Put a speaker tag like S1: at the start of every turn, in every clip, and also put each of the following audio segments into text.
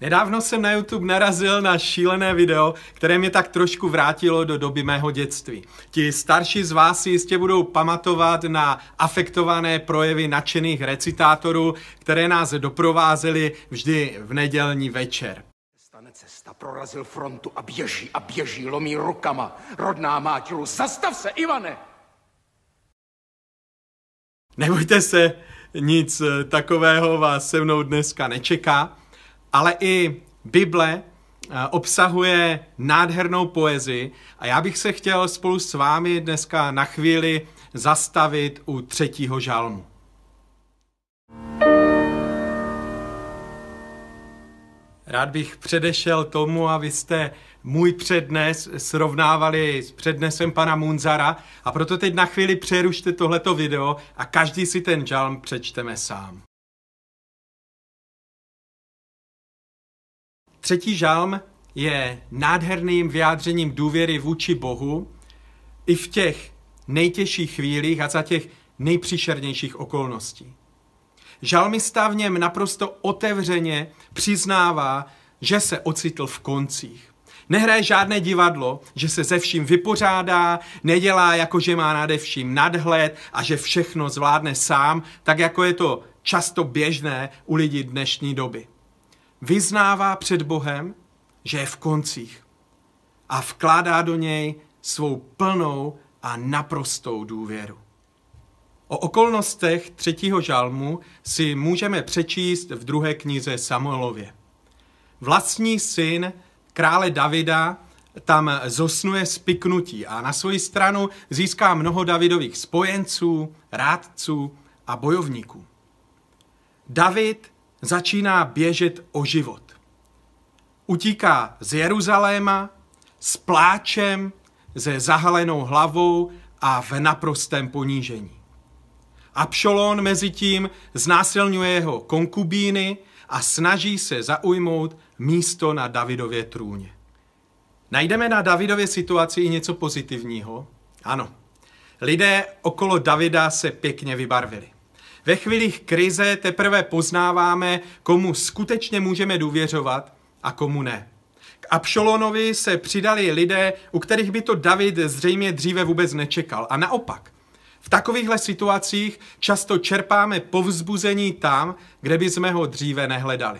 S1: Nedávno jsem na YouTube narazil na šílené video, které mě tak trošku vrátilo do doby mého dětství. Ti starší z vás si jistě budou pamatovat na afektované projevy nadšených recitátorů, které nás doprovázely vždy v nedělní večer.
S2: Stane cesta, prorazil frontu a běží, lomí rukama. Rodná mátilu, zastav se, Ivane!
S1: Nebojte se, nic takového vás se mnou dneska nečeká, ale i Bible obsahuje nádhernou poezii a já bych se chtěl spolu s vámi dneska na chvíli zastavit u 3. žalmu. Rád bych předešel tomu, abyste můj přednes srovnávali s přednesem pana Munzara, a proto teď na chvíli přerušte tohleto video a každý si ten žalm přečteme sám. 3. žalm je nádherným vyjádřením důvěry vůči Bohu i v těch nejtěžších chvílích a za těch nejpříšernějších okolností. Žalmista v něm naprosto otevřeně přiznává, že se ocitl v koncích. Nehraje žádné divadlo, že se se vším vypořádá, nedělá jako, že má nade vším nadhled a že všechno zvládne sám, tak jako je to často běžné u lidí dnešní doby. Vyznává před Bohem, že je v koncích a vkládá do něj svou plnou a naprostou důvěru. O okolnostech 3. žalmu si můžeme přečíst v 2. knize Samuelově. Vlastní syn krále Davida tam zosnuje z piknutí a na svoji stranu získá mnoho Davidových spojenců, rádců a bojovníků. David začíná běžet o život. Utíká z Jeruzaléma s pláčem, se zahalenou hlavou a v naprostém ponížení. Abšalom mezitím znásilňuje jeho konkubíny a snaží se zaujmout místo na Davidově trůně. Najdeme na Davidově situaci i něco pozitivního? Ano. Lidé okolo Davida se pěkně vybarvili. Ve chvílích krize teprve poznáváme, komu skutečně můžeme důvěřovat a komu ne. K Abšalomovi se přidali lidé, u kterých by to David zřejmě dříve vůbec nečekal. A naopak, v takovýchhle situacích často čerpáme povzbuzení tam, kde bychom ho dříve nehledali.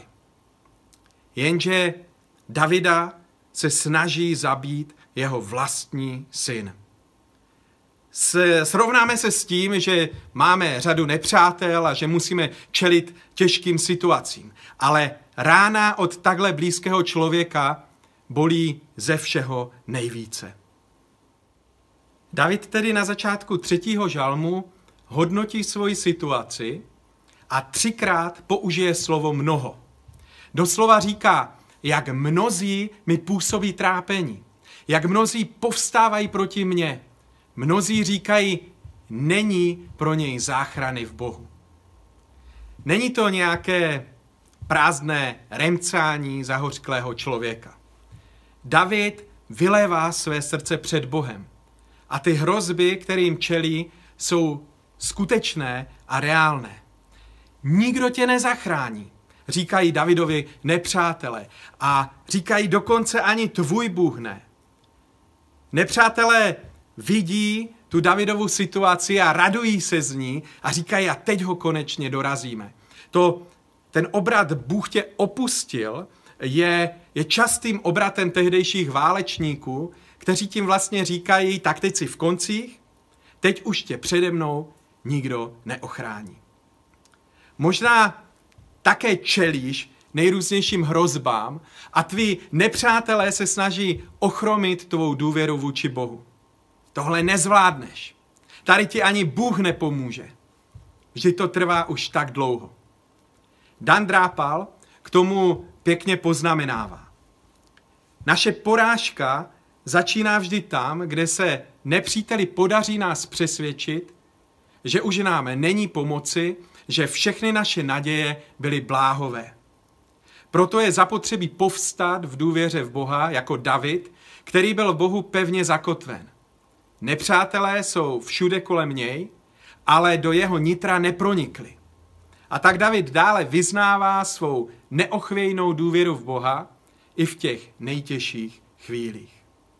S1: Jenže Davida se snaží zabít jeho vlastní syn. Srovnáme se s tím, že máme řadu nepřátel a že musíme čelit těžkým situacím. Ale rána od takhle blízkého člověka bolí ze všeho nejvíce. David tedy na začátku 3. žalmu hodnotí svoji situaci a 3krát použije slovo mnoho. Doslova říká, jak mnozí mi působí trápení, jak mnozí povstávají proti mně. Mnozí říkají, není pro něj záchrany v Bohu. Není to nějaké prázdné remcání zahořklého člověka. David vylévá své srdce před Bohem. A ty hrozby, kterým čelí, jsou skutečné a reálné. Nikdo tě nezachrání, říkají Davidovi nepřátelé. A říkají dokonce ani tvůj Bůh ne. Nepřátelé vidí tu Davidovu situaci a radují se z ní a říkají, a teď ho konečně dorazíme. Ten obrat Bůh tě opustil je častým obratem tehdejších válečníků, kteří tím vlastně říkají, tak teď jsi v koncích, teď už tě přede mnou nikdo neochrání. Možná také čelíš nejrůznějším hrozbám a tví nepřátelé se snaží ochromit tvou důvěru vůči Bohu. Tohle nezvládneš. Tady ti ani Bůh nepomůže. Vždyť to trvá už tak dlouho. Dan Drápal k tomu pěkně poznamenává. Naše porážka začíná vždy tam, kde se nepříteli podaří nás přesvědčit, že už nám není pomoci, že všechny naše naděje byly bláhové. Proto je zapotřebí povstat v důvěře v Boha jako David, který byl v Bohu pevně zakotven. Nepřátelé jsou všude kolem něj, ale do jeho nitra nepronikli. A tak David dále vyznává svou neochvějnou důvěru v Boha i v těch nejtěžších chvílích.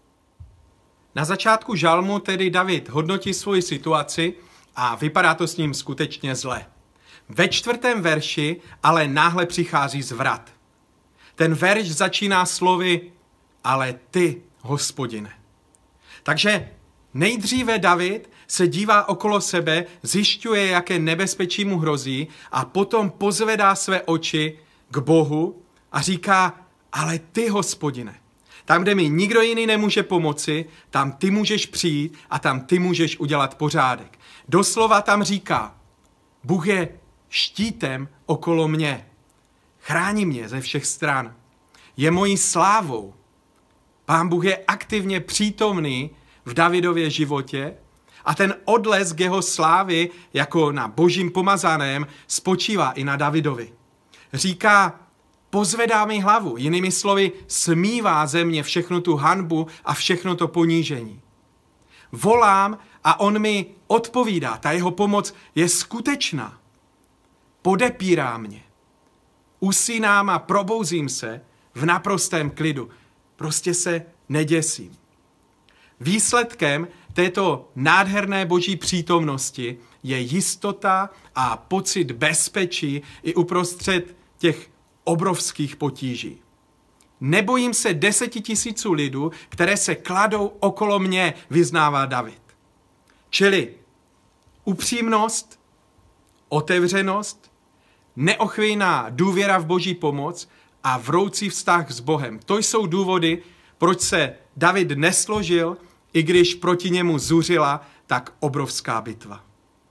S1: Na začátku žalmu tedy David hodnotí svoji situaci a vypadá to s ním skutečně zle. Ve 4. verši ale náhle přichází zvrat. Ten verš začíná slovy ale ty, Hospodine. Takže nejdříve David se dívá okolo sebe, zjišťuje, jaké nebezpečí mu hrozí a potom pozvedá své oči k Bohu a říká, ale ty, Hospodine. Tam, kde mi nikdo jiný nemůže pomoci, tam ty můžeš přijít a tam ty můžeš udělat pořádek. Doslova tam říká, Bůh je štítem okolo mě. Chrání mě ze všech stran. Je mojí slávou. Pán Bůh je aktivně přítomný v Davidově životě a ten odlesk jeho slávy jako na božím pomazaném spočívá i na Davidovi. Říká, pozvedá mi hlavu, jinými slovy, smívá ze mě všechnu tu hanbu a všechno to ponížení. Volám a on mi odpovídá, ta jeho pomoc je skutečná. Podepírá mě. Usínám a probouzím se v naprostém klidu. Prostě se neděsím. Výsledkem této nádherné boží přítomnosti je jistota a pocit bezpečí i uprostřed těch obrovských potíží. Nebojím se 10 000 lidů, které se kladou okolo mě, vyznává David. Čili upřímnost, otevřenost, neochvějná důvěra v boží pomoc a vroucí vztah s Bohem. To jsou důvody, proč se David nesložil, i když proti němu zuřila tak obrovská bitva.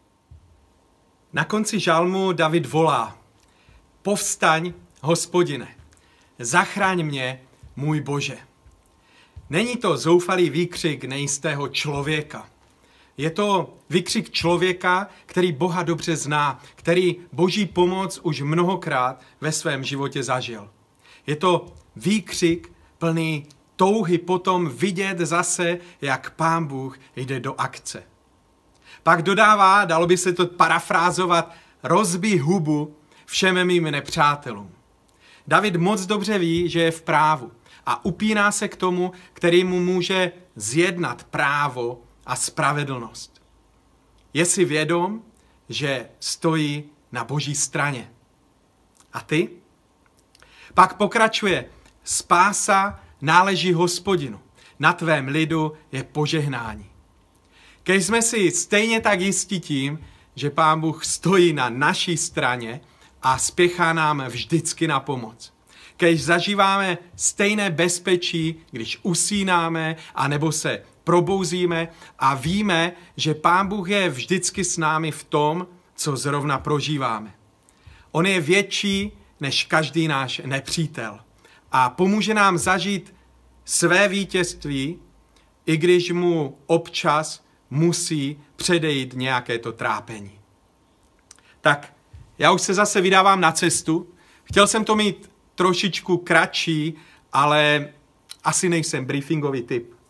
S1: Na konci žalmu David volá, povstaň, Hospodine, zachraň mě, můj Bože. Není to zoufalý výkřik nejistého člověka. Je to výkřik člověka, který Boha dobře zná, který boží pomoc už mnohokrát ve svém životě zažil. Je to výkřik plný touhy potom vidět zase, jak Pán Bůh jde do akce. Pak dodává, dalo by se to parafrázovat, rozbij hubu všem mým nepřátelům. David moc dobře ví, že je v právu a upíná se k tomu, který mu může zjednat právo a spravedlnost. Je si vědom, že stojí na boží straně. A ty? Pak pokračuje, spása náleží Hospodinu, na tvém lidu je požehnání. Kež jsme si stejně tak jistí tím, že Pán Bůh stojí na naší straně a spěchá nám vždycky na pomoc. Kež zažíváme stejné bezpečí, když usínáme, anebo se probouzíme a víme, že Pán Bůh je vždycky s námi v tom, co zrovna prožíváme. On je větší než každý náš nepřítel a pomůže nám zažít své vítězství, i když mu občas musí předejít nějaké to trápení. Tak, já už se zase vydávám na cestu. Chtěl jsem to mít trošičku kratší, ale asi nejsem briefingový typ.